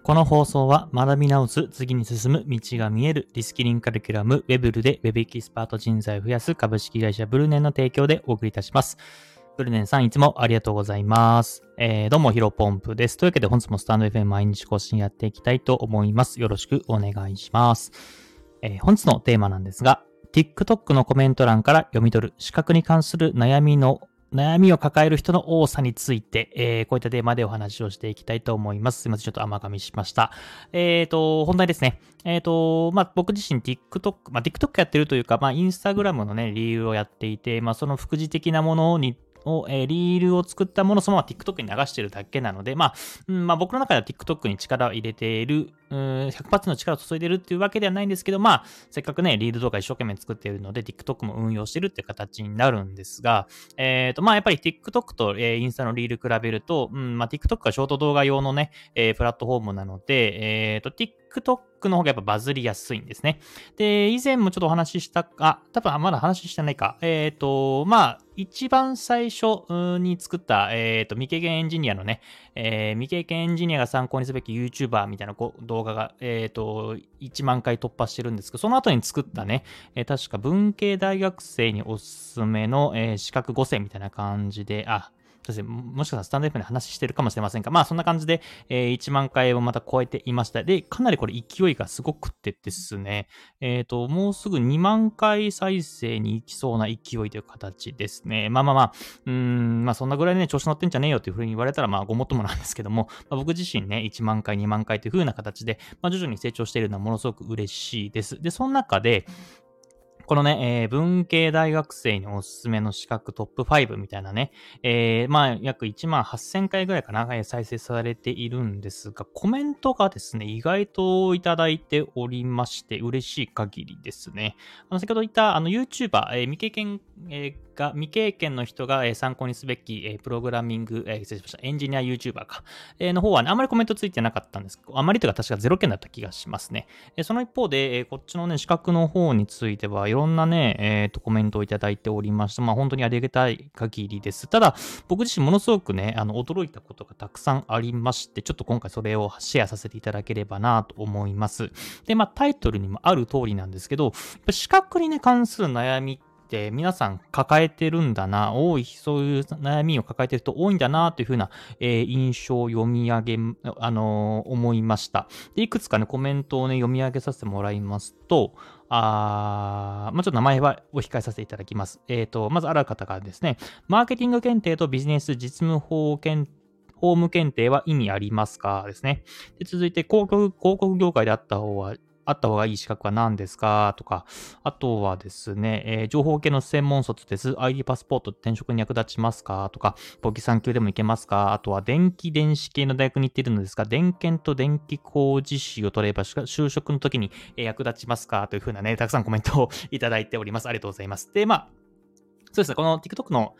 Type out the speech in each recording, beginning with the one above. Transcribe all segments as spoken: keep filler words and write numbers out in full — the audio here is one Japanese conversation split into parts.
この放送は学び直す、次に進む、道が見える、リスキリングカリキュラム、ウェブルでウェブエキスパート人材を増やす株式会社ブルネンの提供でお送りいたします。ブルネンさんいつもありがとうございます。えー、どうもヒロポンプです。というわけで本日もスタンド エフエム 毎日更新やっていきたいと思います。よろしくお願いします。えー、本日のテーマなんですが、TikTok のコメント欄から読み取る資格に関する悩みの悩みを抱える人の多さについて、えー、こういったテーマでお話をしていきたいと思います。すいません、ちょっと甘噛みしました。えーと、本題ですね。えーと、まあ、僕自身 TikTok、まあ、TikTok やってるというか、まあ、Instagram のね、リールをやっていて、まあ、その副次的なものにを、えー、リールを作ったものをそのまま TikTok に流してるだけなので、まあ、うんまあ、僕の中では TikTok に力を入れている、うん、ひゃくパーセント の力を注いでるっていうわけではないんですけど、まあ、せっかくね、リール動画一生懸命作っているので、TikTok も運用してるっていう形になるんですが、えっと、まあ、やっぱり TikTok と、えー、インスタのリール比べると、うん、まあ、TikTok はショート動画用のね、えー、プラットフォームなので、えっと、TikTok の方がやっぱバズりやすいんですね。で、以前もちょっとお話しした、あ、多分まだ話してないか。えっと、まあ、一番最初に作った、えっと、未経験エンジニアのね、えー、未経験エンジニアが参考にすべき YouTuber みたいな動画が、えっと、いちまん回突破してるんですけど、その後に作ったね、えー、確か文系大学生におすすめの、えー、資格ごせんみたいな感じで、あ、もしかしたらスタンド エフエム で話してるかもしれませんが、まあそんな感じで、えー、いちまん回をまた超えていました。で、かなりこれ勢いがすごくてですね、えっと、もうすぐにまん回再生に行きそうな勢いという形ですね。まあまあまあ、うーん、まあそんなぐらいね、調子乗ってんじゃねえよというふうに言われたら、まあごもっともなんですけども、まあ、僕自身ね、いちまん回、にまん回というふうな形で、まあ徐々に成長しているのはものすごく嬉しいです。で、その中で、このね、えー、文系大学生におすすめの資格トップごみたいなね、えー、まあ、約いちまんはっせん回ぐらいかな、再生されているんですが、コメントがですね、意外といただいておりまして、嬉しい限りですね。あの先ほど言った、あの、YouTuber、えー、未経験、えーが未経験の人が参考にすべきプログラミング、えー、失礼しました、エンジニア YouTuber か、えー、の方はね、あまりコメントついてなかったんですけど、あまりというか確かゼロ件だった気がしますね。えー、その一方で、えー、こっちのね、資格の方については、いろんなね、えー、とコメントをいただいておりまして、まあ本当にありがたい限りです。ただ、僕自身ものすごくね、あの、驚いたことがたくさんありまして、ちょっと今回それをシェアさせていただければなと思います。で、まあタイトルにもある通りなんですけど、資格にね、関する悩みって皆さん抱えてるんだな、多い、そういう悩みを抱えてる人多いんだなというふうな、えー、印象を読み上げ、あのー、思いました。で、いくつかね、コメントをね、読み上げさせてもらいますと、あまあ、ちょっと名前はお控えさせていただきます。えっと、まずある方がですね、マーケティング検定とビジネス実務法検法務検定は意味ありますかですね。で続いて広告、広告業界であった方は、あった方がいい資格は何ですかとか、あとはですね、えー、情報系の専門卒です。アイディー パスポート転職に役立ちますかとか、簿記さん級でもいけますかあとは電気電子系の大学に行っているのですが、電検と電気工事士を取れば就職の時に役立ちますかというふうなね、たくさんコメントをいただいております。ありがとうございます。で、まあ、そうですね。この TikTok の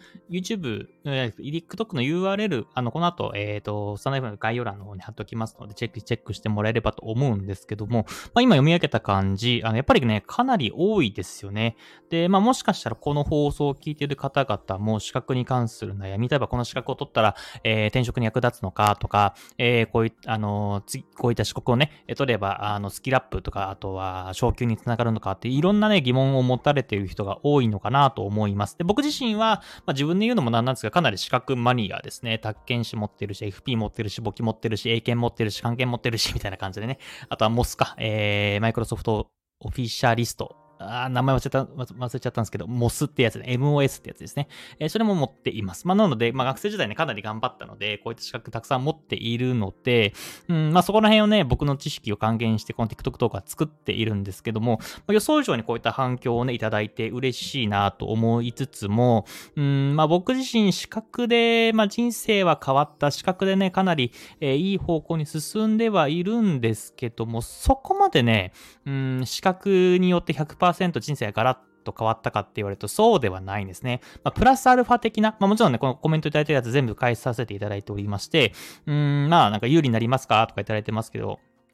YouTube、TikTok の ユーアールエル、あの、この後、えっと、スタンド エフエム の概要欄の方に貼っておきますので、チェック、チェックしてもらえればと思うんですけども、まあ、今読み上げた感じ、あの、やっぱりね、かなり多いですよね。で、まあ、もしかしたらこの放送を聞いている方々も資格に関する悩み、例えばこの資格を取ったら、えー、転職に役立つのかとか、えー、こういった、あの、次、こういった資格をね、取れば、あの、スキルアップとか、あとは、昇給につながるのかって、いろんなね、疑問を持たれている人が多いのかなと思います。で、僕自身は、まあ、自分で言うのもなんなんですが、かなり資格マニアですね。宅建士持ってるし、エフピー 持ってるし、簿記持ってるし、英検持ってるし、漢検持ってるし、みたいな感じでね。あとはモスか、えー、マイクロソフトオフィシャリスト。あ名前忘れた、忘れちゃったんですけど、モス ってやつね、エムオーエス ってやつですね。えー、それも持っています。まあ、なので、まあ、学生時代ね、かなり頑張ったので、こういった資格たくさん持っているので、うん、まあ、そこら辺をね、僕の知識を還元して、この TikTok 動画作っているんですけども、まあ、予想以上にこういった反響をね、いただいて嬉しいなと思いつつも、うん、まあ、僕自身資格で、まあ、人生は変わった資格でね、かなり、えー、いい方向に進んではいるんですけども、そこまでね、うん、資格によって ひゃくパーセント 人生がガラッと変わったかって言われるとそうではないんですね。まあ、プラスアルファ的な、まあもちろんね、このコメントいただいてるやつ全部返させていただいておりまして、うーん、まあなんか有利になりますかとかいただいてますけど、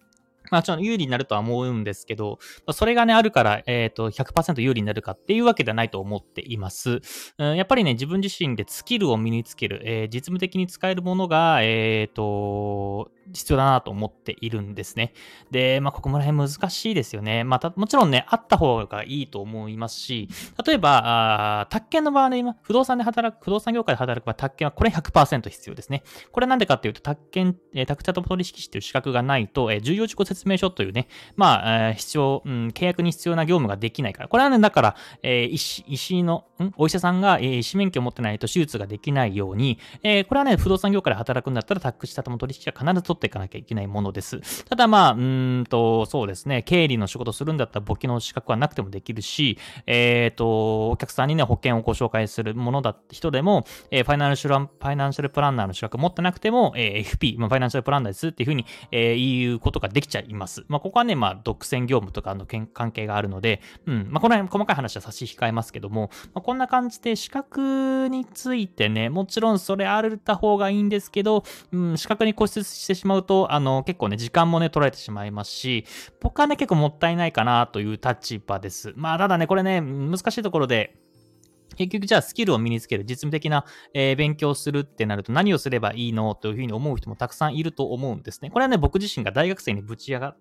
まあ、ちょっと有利になるとは思うんですけど、まあ、それがね、あるから、えっと、ひゃくパーセント有利になるかっていうわけではないと思っています。うん、やっぱりね、自分自身でスキルを身につける、えー実務的に使えるものが、えっと、必要だなと思っているんですね。で、まあ、ここら辺難しいですよね。まあ、たもちろんね、あった方がいいと思いますし、例えば、あー宅建の場合ね、今、不動産で働く、不動産業界で働く場合、宅建はこれひゃくパーセント必要ですね。これなんでかっていうと、宅建、えー、宅茶と取引士という資格がないと、えー重要事項説明書というね、まあ、えー必要、うん、契約に必要な業務ができないから。これはね、だから、えー医師、医師の、んお医者さんが、えー医師免許を持ってないと手術ができないように、えーこれはね、不動産業界で働くんだったら、宅地と取引は必ず取っていかなきゃいけないものです。ただまあ、うーんと、そうですね、経理の仕事するんだったら簿記の資格はなくてもできるし、えっ、と、お客さんにね、保険をご紹介するものだって人でも、えーファイナンシャル、ファイナンシャルプランナーの資格持ってなくても、えーエフピー、まあ、ファイナンシャルプランナーですっていうふうに、えー言うことができちゃいます。まあ、ここはね、まあ、独占業務とかの関係があるので、うん、まあ、この辺細かい話は差し控えますけども、まあ、こんな感じで資格についてね、もちろんそれあるた方がいいんですけど、うん、資格に固執してしまうと、あの、結構ね、時間もね、取られてしまいますし、僕はね、結構もったいないかなという立場です。まあ、ただね、これね、難しいところで、結局じゃあスキルを身につける、実務的な、えー勉強をするってなると何をすればいいのというふうに思う人もたくさんいると思うんですね。これはね、僕自身が大学生にぶち上がった、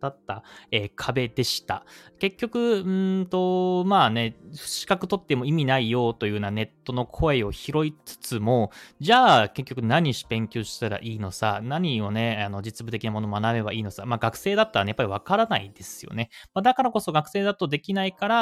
えー壁でした。結局、うーんと、まあね、資格取っても意味ないよというようなネットの声を拾いつつも、じゃあ結局何し勉強したらいいのさ、何をね、あの実務的なものを学べばいいのさ、まあ学生だったらね、やっぱりわからないですよね。まあ、だからこそ学生だとできないから、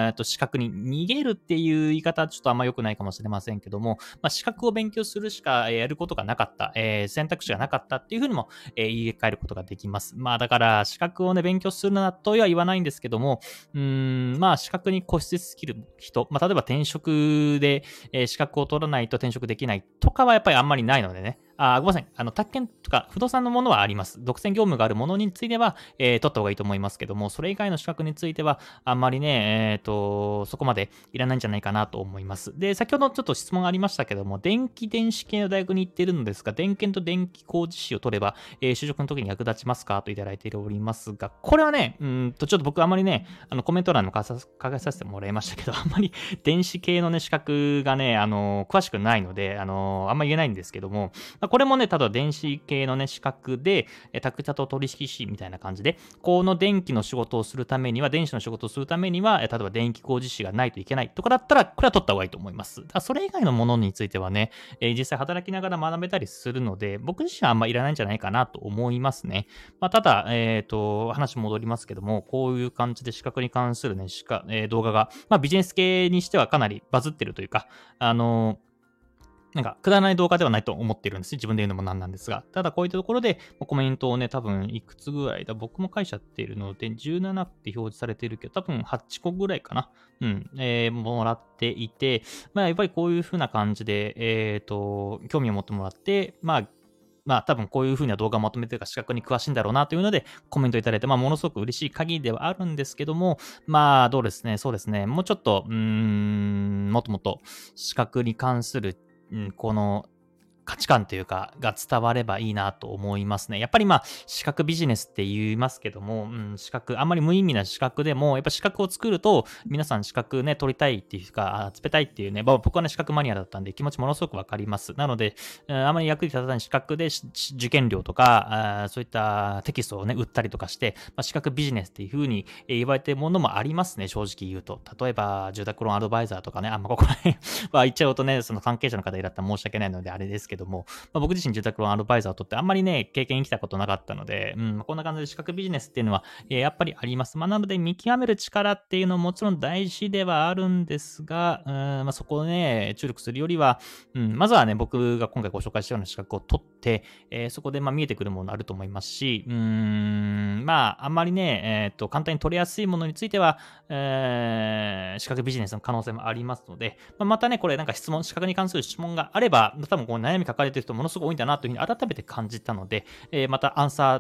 えーと資格に逃げるっていう言い方はちょっとあんま良くないかもしれませんけども、まあ、資格を勉強するしかえーやることがなかった、えー選択肢がなかったっていうふうにも、えー言い換えることができます。まあだから資格をね、勉強するなとは言わないんですけども、うーん、まあ資格に固執しきる人、まあ例えば転職で、えー資格を取らないと転職できないとかはやっぱりあんまりないのでね、あ、ごめんなさい。あの、宅建とか不動産のものはあります。独占業務があるものについては、えー取った方がいいと思いますけども、それ以外の資格については、あんまりね、えっ、と、そこまでいらないんじゃないかなと思います。で、先ほどちょっと質問ありましたけども、電気電子系の大学に行っているのですが、電検と電気工事士を取れば、えー就職の時に役立ちますかといただいておりますが、これはね、うーんと、ちょっと僕あんまりね、あの、コメント欄の書かさ書かさせてもらいましたけど、あんまり電子系のね、資格がね、あの、詳しくないので、あの、あんま言えないんですけども、まあ、これもね、ただ電子系のね、資格で、えー、宅茶と取引士みたいな感じで、この電気の仕事をするためには、電子の仕事をするためには、えー例えば電気工事士がないといけないとかだったら、これは取った方がいいと思います。だからそれ以外のものについてはね、えー実際働きながら学べたりするので、僕自身はあんまいらないんじゃないかなと思いますね。まあ、ただ、えっ、と、話戻りますけども、こういう感じで資格に関するね、しかえー動画が、まあ、ビジネス系にしてはかなりバズってるというか、あのーなんか、くだらない動画ではないと思ってるんですね。自分で言うのもなんなんですが。ただ、こういったところで、コメントをね、多分、いくつぐらいだ、僕も書いちゃっているので、じゅうななって表示されているけど、多分はちこぐらいかな。うん、えーもらっていて、まあ、やっぱりこういう風な感じで、えっ、と、興味を持ってもらって、まあ、まあ多分こういう風な動画をまとめてるから資格に詳しいんだろうなというのでコメントいただいて、まあものすごく嬉しい限りではあるんですけども、まあどうですね、そうですね、もうちょっと、うーん、もっともっと資格に関する、うん、この価値観というか、が伝わればいいなと思いますね。やっぱりまあ、資格ビジネスって言いますけども、うん、資格、あんまり無意味な資格でも、やっぱ資格を作ると、皆さん資格ね、取りたいっていうか、あ集めたいっていうね、まあ、僕はね、資格マニアだったんで、気持ちものすごくわかります。なので、うんあまり役に立たない資格でしし受験料とか、あそういったテキストをね、売ったりとかして、まあ、資格ビジネスっていう風にえー言われているものもありますね、正直言うと。例えば、住宅ローンアドバイザーとかね、あんまここら辺は言っちゃうとね、その関係者の方いらったら申し訳ないのであれですけども、まあ、僕自身住宅ローンアドバイザーを取ってあんまりね、経験に来たことなかったので、うん、こんな感じで資格ビジネスっていうのは、えーやっぱりあります。まあ、なので見極める力っていうのももちろん大事ではあるんですが、うんまあ、そこをね、注力するよりは、うん、まずはね、僕が今回ご紹介したような資格を取って、えーそこでまあ見えてくるものあると思いますし、うーん、まあ、あんまりね、えーっと、簡単に取りやすいものについては、えー資格ビジネスの可能性もありますので、まあ、またね、これなんか質問、資格に関する質問があれば、多分こう悩み抱えてる人ものすごく多いんだなというふうに改めて感じたので、えーまたアンサー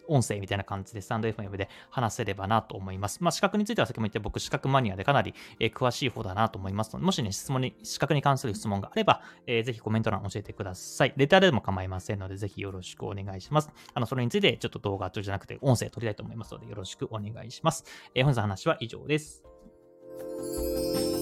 音声みたいな感じでスタンド エフエム で話せればなと思います。まあ、資格については先も言って僕資格マニアでかなり、えー詳しい方だなと思いますので、もしね、質問に、資格に関する質問があれば、えーぜひコメント欄教えてください。レターでも構いませんので、ぜひよろしくお願いします。あの、それについてちょっと動画じゃなくて音声撮りたいと思いますので、よろしくお願いします。えー本日の話は以上です。